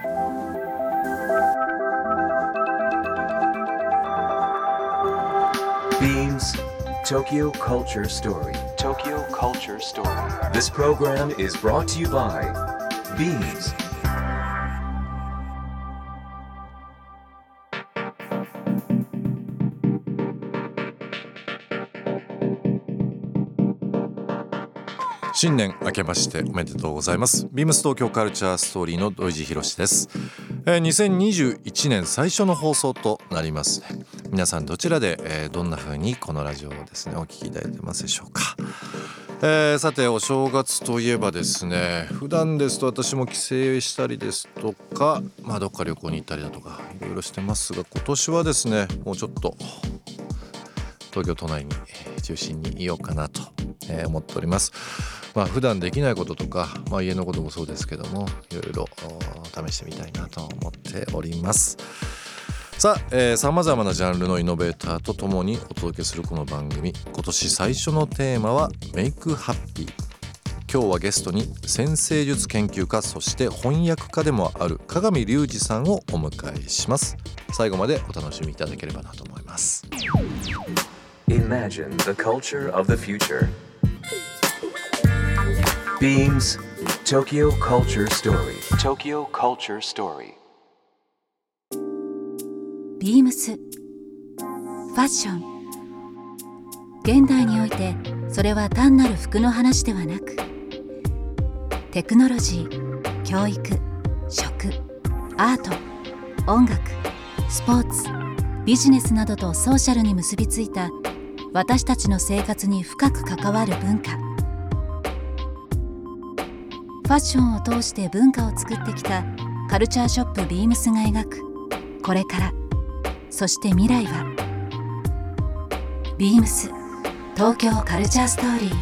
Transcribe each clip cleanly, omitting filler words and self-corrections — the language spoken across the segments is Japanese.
Beams Tokyo Culture Story. Tokyo Culture Story. This program is brought to you by Beams. 新年明けましておめでとうございます。ビームス東京カルチャーストーリーの土井地博です。2021年最初の放送となります。皆さんどちらで、どんな風にこのラジオをですねお聞きいただいてますでしょうか。さてお正月といえばですね、普段ですと私も帰省したりですとか、どっか旅行に行ったりだとかいろいろしてますが、今年はですねもうちょっと東京都内に中心にいようかなと思っております。普段できないこととか、家のこともそうですけどもいろいろ試してみたいなと思っております。さまざまなジャンルのイノベーターとともにお届けするこの番組、今年最初のテーマはメイクハッピー。今日はゲストに占星術研究家、そして翻訳家でもある加賀見隆二さんをお迎えします。最後までお楽しみいただければなと思います。 Imagine the culture of the future. Beams Tokyo Culture Story. Tokyo Culture Story. ビームスファッション。現代においてそれは単なる服の話ではなく、テクノロジー、教育、食、アート、音楽、スポーツ、ビジネスなどとソーシャルに結びついた私たちの生活に深く関わる文化。ファッションを通して文化を作ってきたカルチャーショップビームスが描くこれから、そして未来は。ビームス東京カルチャーストーリー。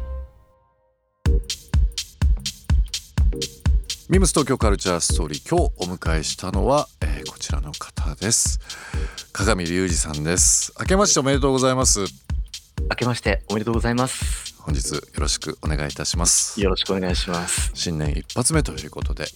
ビームス東京カルチャーストーリー、今日お迎えしたのは、こちらの方です。加賀見隆二さんです。明けましておめでとうございます。 明けましておめでとうございます。 本日よろしくお願いいたします。 よろしくお願いします。 新年一発目ということで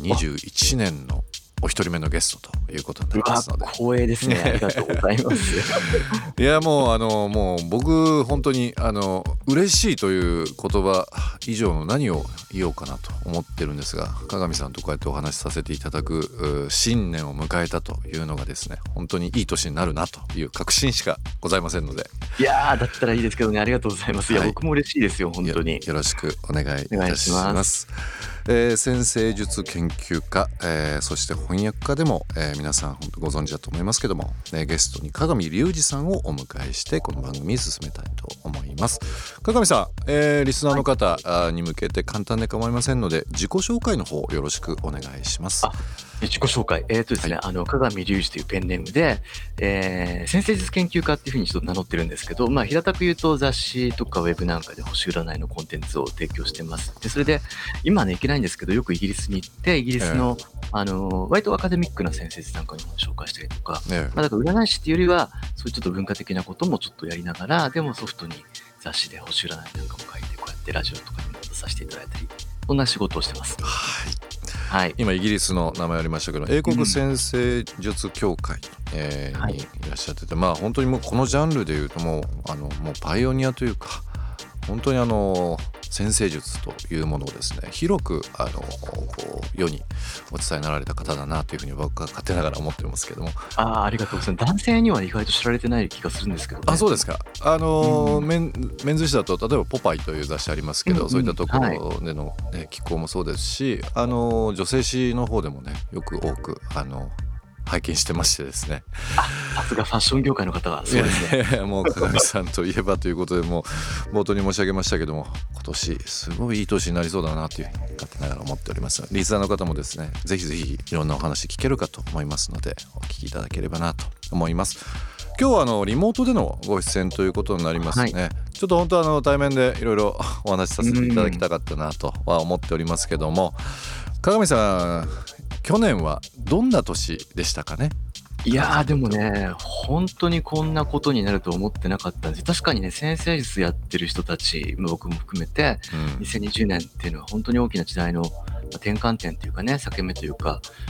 2021年のお一人目のゲストということになりますので、 光栄ですね。ありがとうございますいやもう僕本当に嬉しいという言葉以上の何を言おうかなと思ってるんですが、加賀見さんとこうやってお話しさせていただく新年を迎えたというのがですね、本当にいい年になるなという確信しかございませんので。 いやだったらいいですけどね。ありがとうございます。いや、僕も嬉しいですよ本当に。 よろしくお願いいたします。占星術研究家、そして翻訳家でも、皆さん本当ご存知だと思いますけども、ゲストに加賀見隆二さんをお迎えしてこの番組に進めたいと思います。加賀見さん、リスナーの方に向けて簡単で構いませんので自己紹介の方よろしくお願いします。 自己紹介、ですね、加賀見隆二というペンネームで、占星術研究家っていうふうにちょっと名乗ってるんですけど、平たく言うと雑誌とかウェブなんかで星占いのコンテンツを提供してます。でそれで今ね行けないんですけど、よくイギリスに行ってイギリスの、割とアカデミックな占星術なんかにも紹介したりとか、だから占い師っていうよりはそういうちょっと文化的なこともちょっとやりながら、でもソフトに雑誌で星占いなんかも書いて、こうやってラジオとかにも出させていただいたり、そんな仕事をしてます。はい、今イギリスの名前ありましたけど、英国占星術協会、にいらっしゃってて、本当にもうこのジャンルでいうともうパイオニアというか、本当に占星術というものをですね広くこう世にお伝えになられた方だなというふうに僕は勝手ながら思ってますけども。 ありがとうございます。男性には意外と知られてない気がするんですけどね。 そうですか。メンズ誌だと例えばポパイという雑誌ありますけど、そういったところでの、寄稿もそうですし、女性誌の方でもねよく多く拝見してましてですね。 さすがファッション業界の方はそうですね。 もう加賀見さんといえばということで、もう冒頭に申し上げましたけども、今年すごいいい年になりそうだなという勝手ながら思っております。リスナーの方もですねぜひぜひいろんなお話聞けるかと思いますのでお聞きいただければなと思います。今日はリモートでのご出演ということになりますね。ちょっと本当対面でいろいろお話しさせていただきたかったなとは思っておりますけども、加賀見さん去年はどんな年でしたかね。 いやでもね本当にこんなことになると思ってなかったんです。確かにね占星術やってる人たち、僕も含めて、2020年っていうのは本当に大きな時代の転換点というかね、裂け目というか、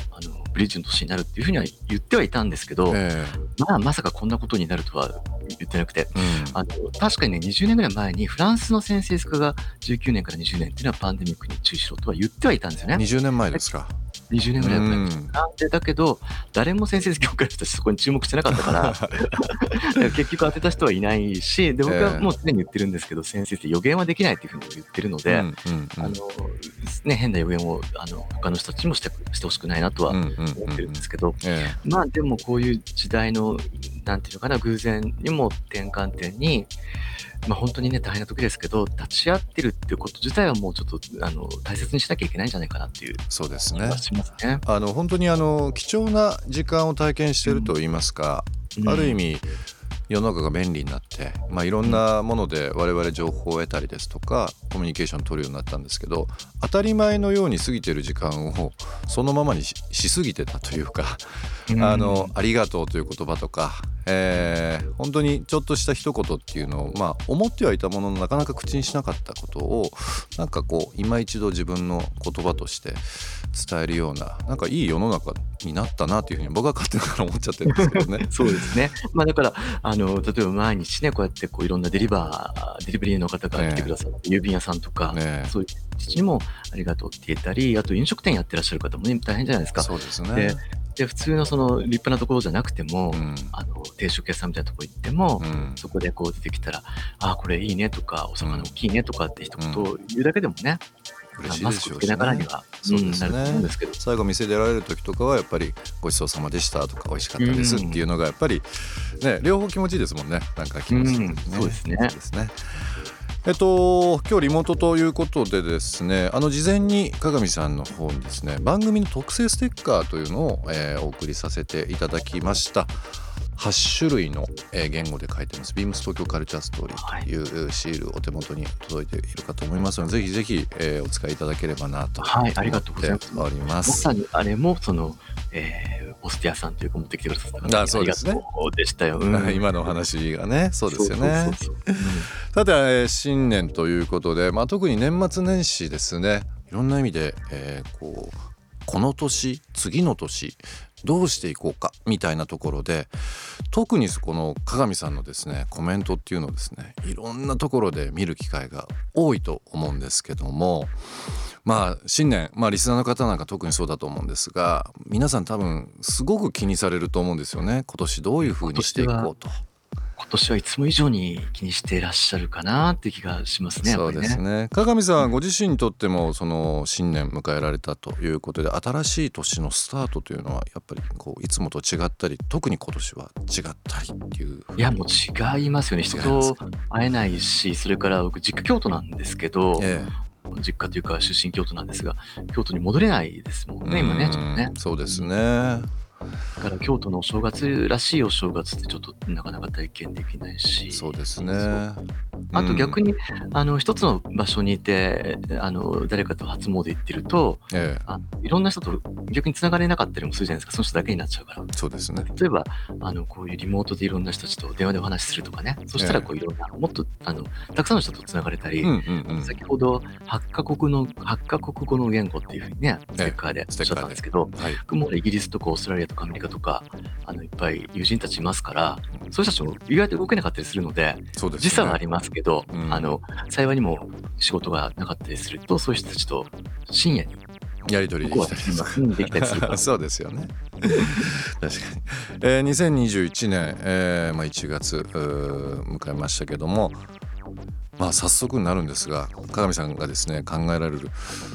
ブリッジの年になるっていうふうには言ってはいたんですけど、まさかこんなことになるとは言ってなくて、確かにね20年ぐらい前にフランスの先生が19年から20年っていうのはパンデミックに注意しろとは言ってはいたんですよね。 20年前ですか。 20年ぐらい前で、だけど誰も先生協会の人たちそこに注目してなかったから結局当てた人はいないし、で僕はもう常に言ってるんですけど、先生って予言はできないっていうふうに言ってるので、変な予言を他の人たちもしてほしくないなとは思ってるんですけど、でもこういう時代のなんていうのかな、偶然にも転換点に、本当にね大変な時ですけど立ち会ってるっていうこと自体はもうちょっと大切にしなきゃいけないんじゃないかなっていうそうですね。 気がしますね。 本当に貴重な時間を体験しているといいますか、ある意味世の中が便利になって、いろんなもので我々情報を得たりですとかコミュニケーションを取るようになったんですけど、当たり前のように過ぎてる時間をそのままに しすぎてたというか、ありがとうという言葉とか、本当にちょっとした一言っていうのを、思ってはいたもののなかなか口にしなかったことをなんかこう今一度自分の言葉として伝えるような、なんかいい世の中になったなというふうに僕は勝手ながら思っちゃってるんですけどね。 そうですね。だから例えば毎日ねこうやっていろんなデリバリーの方が来てくださって、郵便屋さんとか、そういう人にもありがとうって言ったり、あと飲食店やってらっしゃる方もね大変じゃないですか。 そうですね。 で普通のその立派なところじゃなくても、定食屋さんみたいなところ行っても、そこでこう出てきたらこれいいねとかお魚大きいねとかって一言言うだけでもね、 嬉しいマスクつけでしょうしね。 ながらにはそうですね。 なると思うんですけど、 最後店出られる時とかはやっぱりごちそうさまでしたとか美味しかったですっていうのがやっぱりね、両方気持ちいいですもんね。なんか気持ちいいですね。 そうですね。 そうですね。今日リモートということでですね、事前に鏡さんの方にですね番組の特製ステッカーというのを、お送りさせていただきました。8種類の言語で書いてます。ビームス東京カルチャーストーリーというシールお手元に届いているかと思いますので、ぜひぜひ、お使いいただければなと思ありがとうございます。 っております。 まさにあれもその、ボスティアさんというか持ってきてくださった方にそうですね。 ありがとうでしたよ。 今のお話がね、そうですよね。 そうさて、新年ということで、特に年末年始ですね、いろんな意味で、この年次の年どうしていこうかみたいなところで、特にこの鏡さんのですねコメントっていうのをですねいろんなところで見る機会が多いと思うんですけども、新年、リスナーの方なんか特にそうだと思うんですが、皆さん多分すごく気にされると思うんですよね。今年どういう風にしていこうと。 今年はいつも以上に気にしていらっしゃるかなって気がしますね。 そうですね。鏡さんご自身にとってもその新年迎えられたということで、新しい年のスタートというのはやっぱりいつもと違ったり、特に今年は違ったりっていう。 いやもう違いますよね。人と会えないし、それから僕実家京都なんですけど、実家というか出身京都なんですが、京都に戻れないですもんね今ね、ちょっとね。 そうですね。 だから京都のお正月らしいお正月ってちょっとなかなか体験できないし。 そうですね。 あと逆に一つの場所にいて誰かと初詣行ってると、いろんな人と逆に繋がれなかったりもするじゃないですか。その人だけになっちゃうから。 そうですね。 例えばこういうリモートでいろんな人たちと電話でお話しするとかね、そしたらいろんなもっとたくさんの人と繋がれたり、先ほど8カ国語の言語っていうふうにねステッカーでおっしゃったんですけど、僕もイギリスとかオーストラリアとかアメリカとかいっぱい友人たちいますから、そういう人たちも意外と動けなかったりするので、時差はありますけど、幸いにも仕事がなかったりすると、そういう人たちと深夜にやり取りできたりできたりするそうですよね。確かに、2021年、1月迎えましたけども、早速になるんですが、鏡さんがですね考えられる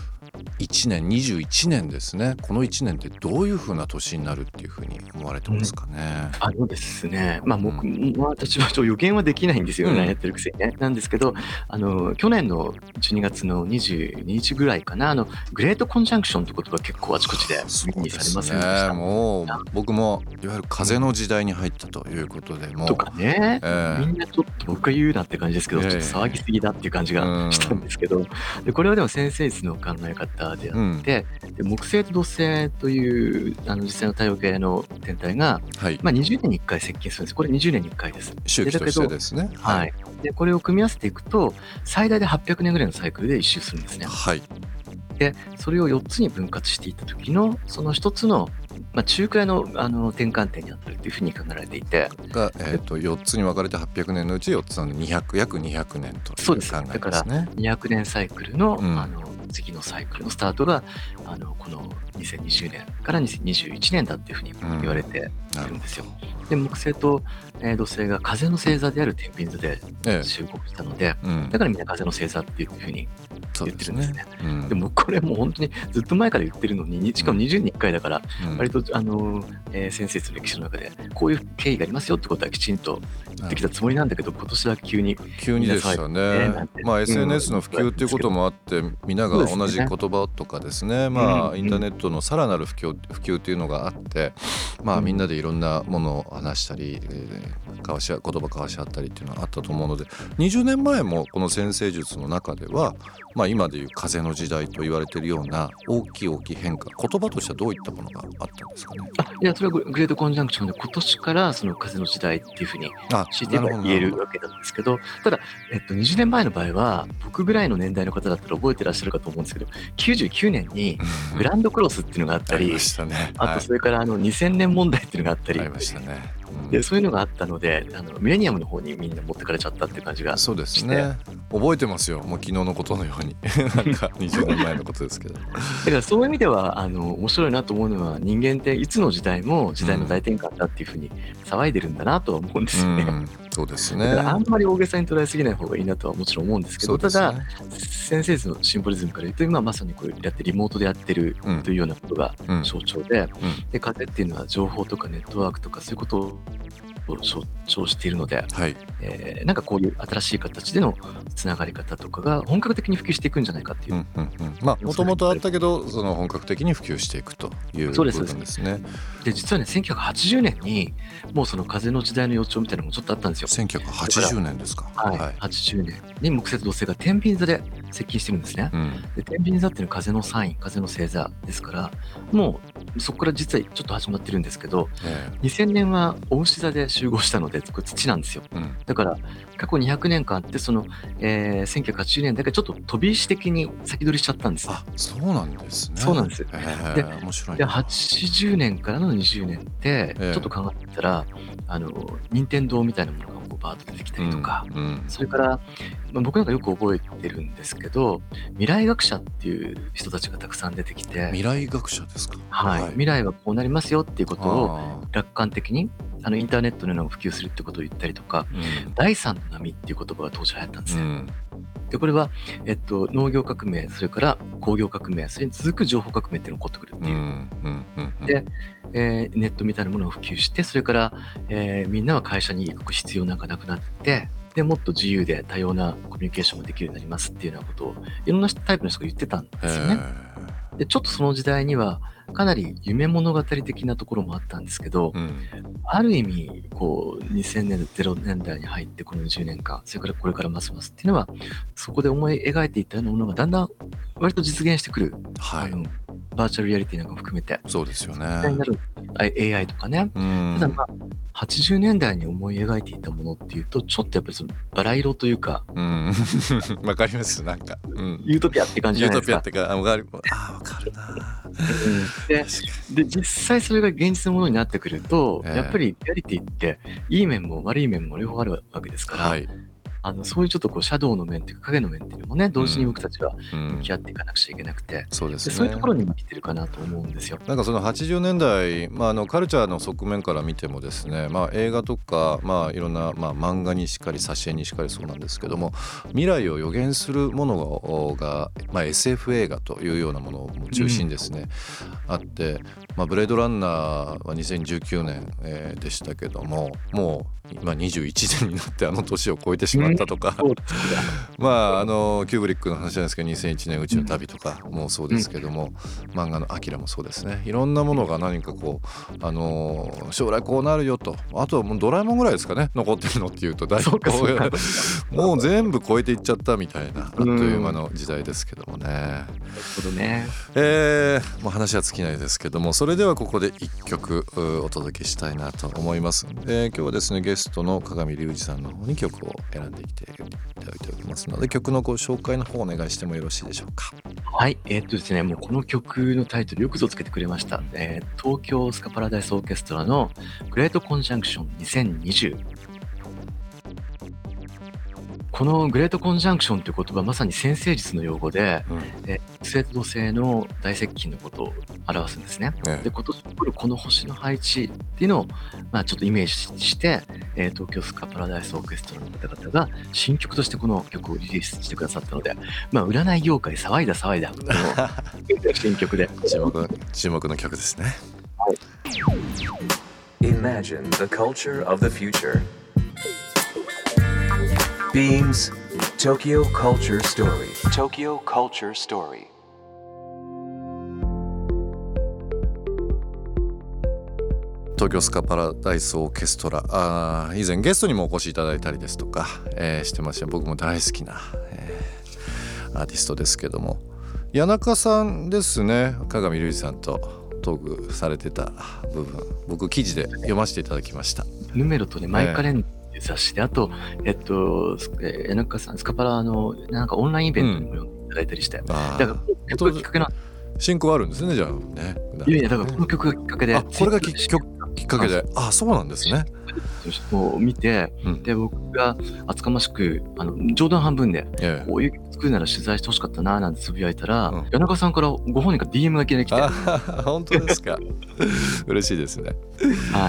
1年21年ですね。この1年ってどういう風な年になるっていう風に思われてますかね。 ですね、私は予言はできないんですよね、やってるくせにね。なんですけど去年の12月の22日ぐらいかな、グレートコンジャンクションって言葉結構あちこちで耳にされませんでした。 もう僕もいわゆる風の時代に入ったということで、もうとかね、みんなちょっと僕が言うなって感じですけど、ちょっと騒ぎすぎだっていう感じがしたんですけど、でこれはでも先生術の考え方であって、で木星と土星という実際の太陽系の天体が、20年に1回接近するんです。これ20年に1回です。 周期としてですね。 でこれを組み合わせていくと最大で800年ぐらいのサイクルで一周するんですね。 でそれを4つに分割していった時のその1つの、中くらいの、転換点にあたるというふうに考えられていて、 が、4つに分かれて800年のうち4つなので約200年という考えですね。 だから200年サイクルの、次のサイクルのスタートがこの2020年から2021年だっていうふうに言われているんですよ。で木星と、土星が風の星座である天秤座で集合したので、だからみんな風の星座っていうふうに言ってるんですね。でもこれもう本当にずっと前から言ってるのに、しかも20年に1回だから、割と先生の歴史の中でこういう経緯がありますよってことはきちんと言ってきたつもりなんだけど、今年は急にでしたね。SNS の普及っていうこともあって、みんなが同じ言葉とかですね、インターネットのさらなる普及っていうのがあって、みんなでいろんなものを話したり、言葉交わし合ったりっていうのがあったと思うので、20年前もこの占星術の中では、今でいう風の時代と言われているような大きい変化、言葉としてはどういったものがあったんですかね。 いや、それはグレートコンジャンクションで今年からその風の時代っていうふうに強いて言えるわけなんですけど、ただ、20年前の場合は僕ぐらいの年代の方だったら覚えてらっしゃるかと思うんですけど、99年にグランドクロスっていうのがあったり、あとそれから2000年問題っていうのがあったり、 ありましたね。 でそういうのがあったので、ミレニアムの方にみんな持ってかれちゃったっていう感じがして。 そうですね、覚えてますよ、もう昨日のことのようになんか20年前のことですけどだからそういう意味では面白いなと思うのは、人間っていつの時代も時代の大転換だっていうふうに騒いでるんだなとは思うんですよね。 そうですね。 だからあんまり大げさに捉えすぎない方がいいなとはもちろん思うんですけど、ただ先生のシンボリズムから言うと、今まさにこれやってリモートでやってるというようなことが象徴で、風っていうのは情報とかネットワークとかそういうことを象徴しているので、なんかこういう新しい形でのつながり方とかが本格的に普及していくんじゃないかっていう、 もともとあったけどその本格的に普及していくという部分ですね。 で実はね、1980年にもうその風の時代の予兆みたいなのもちょっとあったんですよ。 1980年ですか。 80年に木星と土星が天秤座で接近してるんですね。で天秤座っていうのは風のサイン、風の星座ですから、もうそこから実はちょっと始まってるんですけど、2000年は牡牛座で集合したので、これ土なんですよ。だから過去200年間あって、その、1980年だけちょっと飛び石的に先取りしちゃったんです。 そうなんですね。 そうなんです。で面白い。 で80年からの20年ってちょっと考えたら、任天堂みたいなものがこうバーッと出てきたりとか、それから、僕なんかよく覚えてるんですけど、未来学者っていう人たちがたくさん出てきて。 未来学者ですか。 未来はこうなりますよっていうことを楽観的にインターネットのようなのが普及するってことを言ったりとか、第三の波っていう言葉が当時流行ったんですね。でこれは、農業革命、それから工業革命、それに続く情報革命っていうのが起こってくるっていう。で、ネットみたいなものを普及して、それから、みんなは会社に行く必要なんかなくなって、でもっと自由で多様なコミュニケーションができるようになりますっていうようなことをいろんなタイプの人が言ってたんですよね。でちょっとその時代にはかなり夢物語的なところもあったんですけど、ある意味こう2000年0年代に入ってこの20年間、それからこれからますますっていうのは、そこで思い描いていたようなものがだんだん割と実現してくる、バーチャルリアリティなんかも含めて。 そうですよね。 AI とかね。ただ80年代に思い描いていたものっていうと、ちょっとやっぱりそのバラ色というか、 わかります。なんか、 ユートピアって感じじゃないですか。 ユートピアってか、わかるな。 で実際それが現実のものになってくると、やっぱりリアリティっていい面も悪い面も両方あるわけですから、そういうちょっとこうシャドウの面っていうか影の面っていうのもね、同時に僕たちは向き合っていかなくちゃいけなくて、そういうところに来てるかなと思うんですよ。 なんかその80年代、カルチャーの側面から見てもですね、映画とか、いろんな、漫画にしっかり挿絵にしっかりそうなんですけども、未来を予言するものが、SF 映画というようなものを中心にですね、あって、ブレードランナーは2019年、でしたけども、もう今21年になって年を超えてしまったとか、キューブリックの話なんですけど、2001年宇宙の旅とかもそうですけども、漫画のアキラもそうですね。いろんなものが何かこう、将来こうなるよと、あとはもうドラえもんぐらいですかね、残ってるのっていうと、もう全部超えていっちゃったみたいな、あっという間の時代ですけどもね。なるほどね。 もう話は尽きないですけども、それではここで1曲お届けしたいなと思います。今日はですね、ゲストの鏡隆二さんの方に曲を選んできていただいておりますので、曲のご紹介の方お願いしてもよろしいでしょうか。 はい、ですね、もうこの曲のタイトルよくぞつけてくれました。東京スカパラダイスオーケストラのグレートコンジャンクション2020。このグレートコンジャンクションという言葉はまさに占星術の用語で、木星と土星の大接近のことを表すんですね。で、今年起こるこの星の配置っていうのを、ちょっとイメージして、東京スカパラダイスオーケストラの方々が新曲としてこの曲をリリースしてくださったので、占い業界騒いだこの新曲で注目の曲ですね。 Imagine the culture of the future. Beams Tokyo Culture Story. Tokyo Culture Story. 東京スカパラダイスオーケストラ、以前ゲストにもお越しいただいたりですとか、してました。僕も大好きな、アーティストですけども、谷中さんですね、鏡隆二さんとトークされてた部分、僕記事で読ませていただきました。 ヌメロとね、マイカレンダーっていう雑誌で、あと谷中さんスカパラのなんかオンラインイベントにも読んでいただいたりして、だから曲がきっかけなん進行あるんですね、じゃあね。 いやだからこの曲がきっかけで、 これがきっかけで、そうなんですね。 を見て、で僕が厚かましく冗談半分で、こういう曲作るなら取材してほしかったななんてつぶやいたら、谷中さんからご本人から DM がいきなり来て、 本当ですか。嬉しいですね。 はい。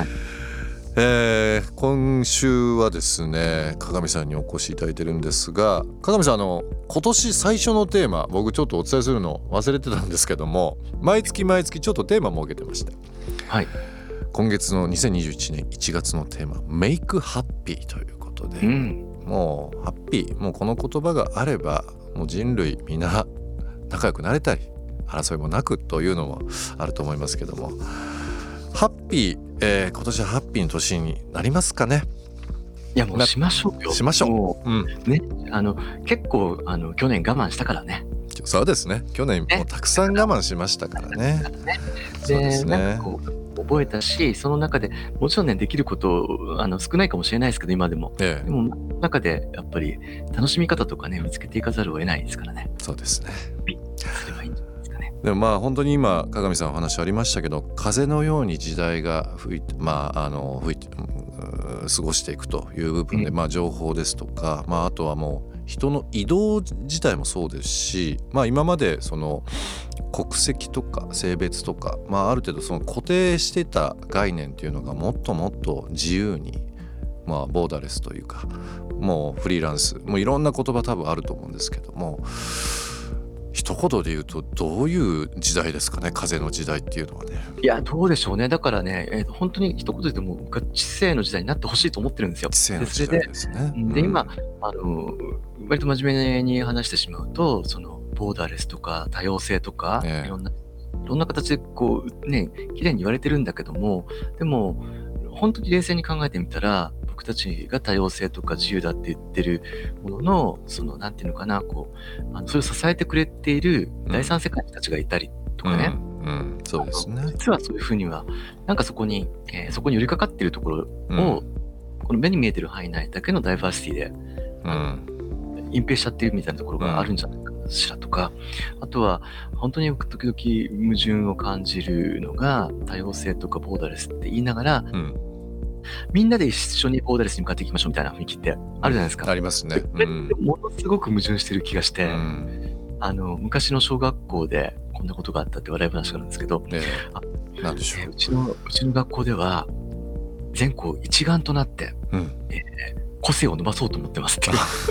今週はですね、鏡さんにお越しいただいてるんですが、鏡さん今年最初のテーマ、僕ちょっとお伝えするの忘れてたんですけども、毎月ちょっとテーマ設けてまして、 はい、 今月の2021年1月のテーマ Make Happy ということで、もうハッピー、もうこの言葉があればもう人類みんな仲良くなれたり争いもなくというのもあると思いますけども、ハッピー、今年はハッピーの年になりますかね。 いやもうしましょうよ。 しましょう。 ね、結構去年我慢したからね。 そうですね。去年もうたくさん我慢しましたからね。そうですね。 なんかこう覚えたし、その中でもちろんねできること少ないかもしれないですけど今でも、でも中でやっぱり楽しみ方とかね見つけていかざるを得ないですからね。 そうですね。 すればいいんじゃないですかね。 でも本当に今鏡さんお話ありましたけど、風のように時代が吹いて過ごしていくという部分で、情報ですとか、あとはもう人の移動自体もそうですし、今までその国籍とか性別とか、ある程度その固定してた概念っていうのがもっともっと自由に、ボーダレスというか、もうフリーランス、もういろんな言葉多分あると思うんですけども、一言で言うとどういう時代ですかね、風の時代っていうのはね。 いやどうでしょうね。だからね、本当に一言で言っても僕は知性の時代になってほしいと思ってるんですよ。 知性の時代ですね。 で今割と真面目に話してしまうと、そのボーダーレスとか多様性とか、いろんな形でこうね綺麗に言われてるんだけども、でも本当に冷静に考えてみたら、僕たちが多様性とか自由だって言ってるものの、そのなんていうのかな、こうそれを支えてくれている第三世界の人たちがいたりとかね、 そうですね。 実はそういうふうにはなんかそこに寄りかかっているところを、この目に見えてる範囲内だけのダイバーシティで、隠蔽しちゃってるみたいなところがあるんじゃないかしらとか、あとは本当に時々矛盾を感じるのが、多様性とかボーダレスって言いながら、みんなで一緒にボーダレスに向かっていきましょうみたいな雰囲気ってあるじゃないですか。 ありますね。 ものすごく矛盾してる気がして、昔の小学校でこんなことがあったって笑い話があるんですけど、 なんでしょう。 うちの学校では全校一丸となって、個性を伸ばそうと思ってますって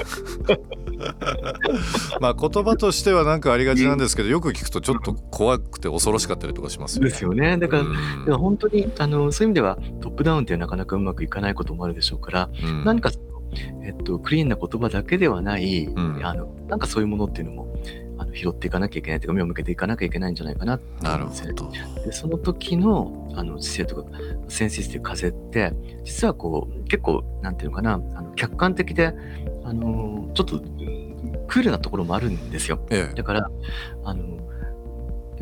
言葉としてはなんかありがちなんですけど、よく聞くとちょっと怖くて恐ろしかったりとかしますよね。 ですよね。だから本当にそういう意味ではトップダウンってなかなかうまくいかないこともあるでしょうから、何かクリーンな言葉だけではない、なんかそういうものっていうのも拾っていかなきゃいけないというか、目を向けていかなきゃいけないんじゃないかなって思うんですよね。なるほど。でその時の知性とかセンシティブ風って実はこう結構なんていうのかな、客観的でちょっとクールなところもあるんですよ。だから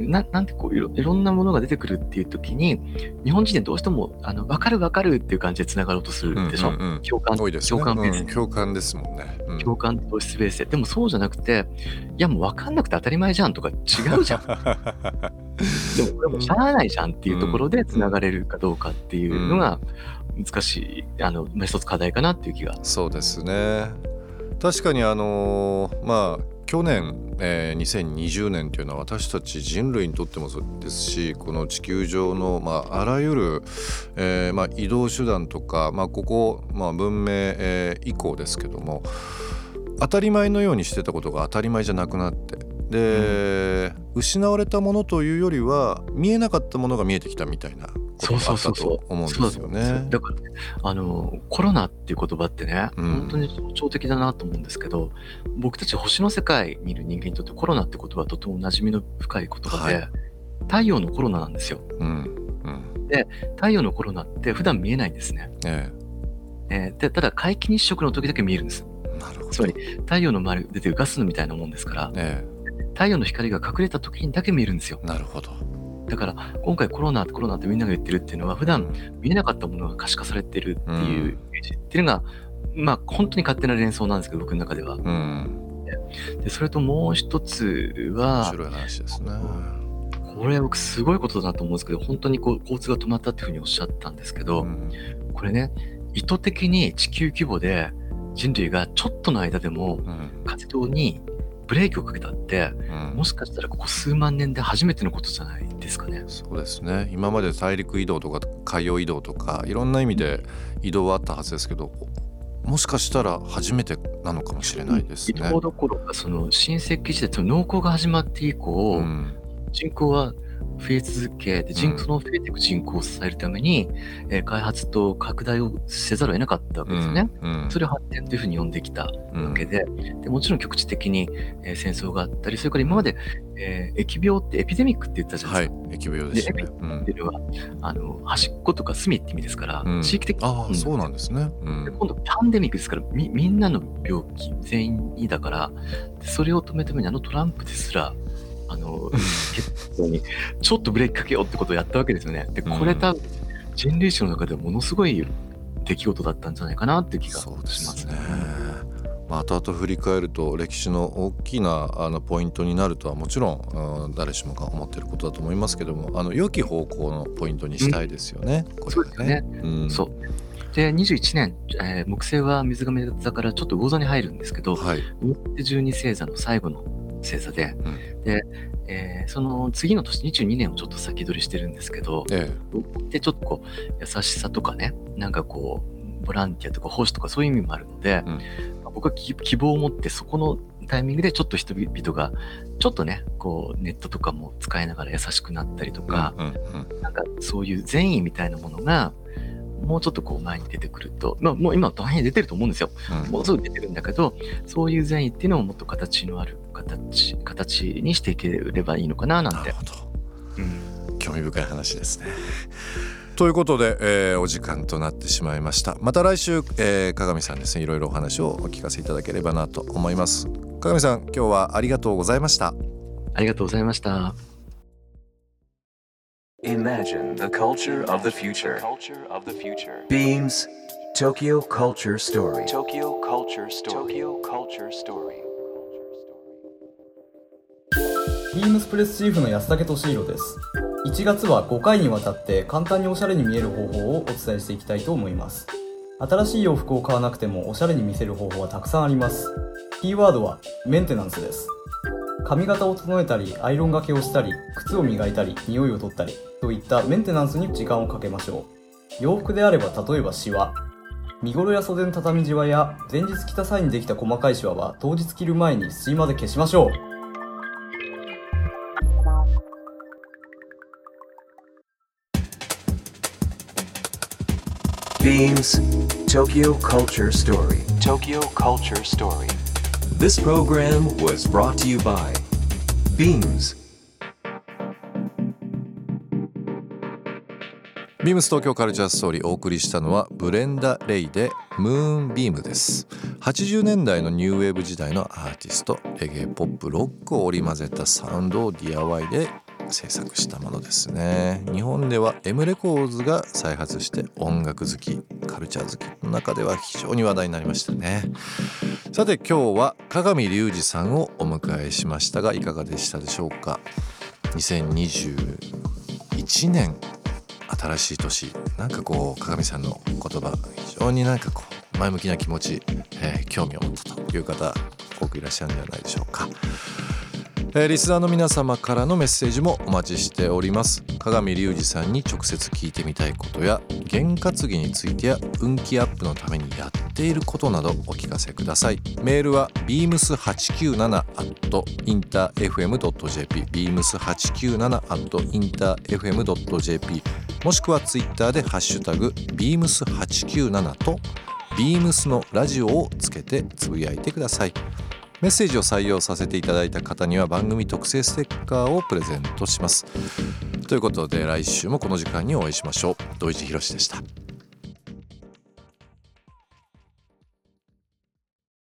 なんてこういろんなものが出てくるっていう時に、日本人でどうしても分かる分かるっていう感じでつながろうとするでしょ、共感多いですね。 共感ベース、 共感ですもんね。 共感と質ベースで。でもそうじゃなくて、いやもう分かんなくて当たり前じゃんとか違うじゃんでもこれもしゃあないじゃんっていうところでつながれるかどうかっていうのが難しい、一つ課題かなっていう気が。 そうですね。確かに去年、2020年というのは私たち人類にとってもそうですし、この地球上の、あらゆる、移動手段とか、ここ、文明、以降ですけども、当たり前のようにしてたことが当たり前じゃなくなって、で、失われたものというよりは見えなかったものが見えてきたみたいなことがあったと思うんですよね。 だからコロナっていう言葉ってね、本当に象徴的だなと思うんですけど、僕たち星の世界にいる人間にとってコロナって言葉はとても馴染みの深い言葉で、太陽のコロナなんですよ。で、太陽のコロナって普段見えないんですね。で、ただ皆既日食の時だけ見えるんです。つまり太陽の周り出てるガスみたいなもんですから、太陽の光が隠れた時にだけ見えるんですよ。 なるほど。 だから今回コロナってみんなが言ってるっていうのは、普段見えなかったものが可視化されてるっていうイメージっていうのが、本当に勝手な連想なんですけど、僕の中では。で、それともう一つは、 面白い話ですね。 これ僕すごいことだと思うんですけど、本当にこう交通が止まったっていうふうにおっしゃったんですけど、これね、意図的に地球規模で人類がちょっとの間でも活動にブレーキをかけたって、もしかしたらここ数万年で初めてのことじゃないですかね。 そうですね。今まで大陸移動とか海洋移動とかいろんな意味で移動はあったはずですけど、もしかしたら初めてなのかもしれないですね。 移動どころか、その新石器時代、その農耕が始まって以降、人口は増え続けで、その増えていく人口を支えるために、開発と拡大をせざるを得なかったわけですよね。それを発展というふうに呼んできたわけで、もちろん局地的に、戦争があったり、それから今まで、疫病ってエピデミックって言ったじゃないですか。 疫病ですね。 エピっていうのは端っことか隅って意味ですから、地域的にそうなんですね。 で、今度パンデミックですから、みんなの病気全員にだから、それを止めるためにトランプですら結構にちょっとブレーキかけようってことをやったわけですよね。で、これ多分人類史の中でものすごい出来事だったんじゃないかなっていう気がしますね。 後々振り返ると歴史の大きなポイントになるとはもちろん、誰しもが思っていることだと思いますけども、良き方向のポイントにしたいですよね。 そうですね。そうで、21年、木星は水亀座からちょっと魚座に入るんですけど、12星座の最後の星座で、その次の年22年をちょっと先取りしてるんですけど、でちょっとこう優しさとかね、なんかこうボランティアとか奉仕とかそういう意味もあるので、僕は希望を持ってそこのタイミングでちょっと人々がちょっとね、こうネットとかも使いながら優しくなったりとか、なんかそういう善意みたいなものがもうちょっとこう前に出てくると、もう今大変に出てると思うんですよ。もうすぐ出てるんだけど、そういう善意っていうのをもっと形のある形にしていければいいのかななんて。 なるほど。興味深い話ですね。ということで、お時間となってしまいました。また来週、鏡さんですね、いろいろお話をお聞かせいただければなと思います。鏡さん、今日はありがとうございました。 ありがとうございました。 Imagine the culture of the future. Beams Tokyo Culture Story. Tokyo Culture Story. ビームスプレスチーフの安武俊弘です。1月は5回にわたって簡単におしゃれに見える方法をお伝えしていきたいと思います。新しい洋服を買わなくてもおしゃれに見せる方法はたくさんあります。キーワードはメンテナンスです。髪型を整えたり、アイロンがけをしたり、靴を磨いたり、匂いを取ったりといったメンテナンスに時間をかけましょう。洋服であれば例えばシワ、身頃や袖の畳じわや前日着た際にできた細かいシワは当日着る前にスチーマーで消しましょう。 Beams Tokyo Culture Story. Tokyo Culture Story. This program was brought to you by Beams. ビームス東京カルチャーストーリーお送りしたのはブレンダ・レイでムーンビームです。80年代のニューウェーブ時代のアーティスト、レゲエ、ポップ、ロックを織り交ぜたサウンドを DIY で制作したものですね。日本では M レコーズが再発して音楽好き、カルチャー好きの中では非常に話題になりましたね。さて今日は鏡隆二さんをお迎えしましたがいかがでしたでしょうか。2021年新しい年、なんかこう鏡さんの言葉非常になんかこう前向きな気持ち、興味を持ったという方多くいらっしゃるんじゃないでしょうか。リスナーの皆様からのメッセージもお待ちしております。鏡隆二さんに直接聞いてみたいことや験担ぎについてや運気アップのためにやっていることなどお聞かせください。メールは beams897@interfm.jp beams897@interfm.jp もしくはツイッターでハッシュタグ beams897 と beams のラジオをつけてつぶやいてください。メッセージを採用させていただいた方には番組特製ステッカーをプレゼントします。ということで来週もこの時間にお会いしましょう。土井地博でした。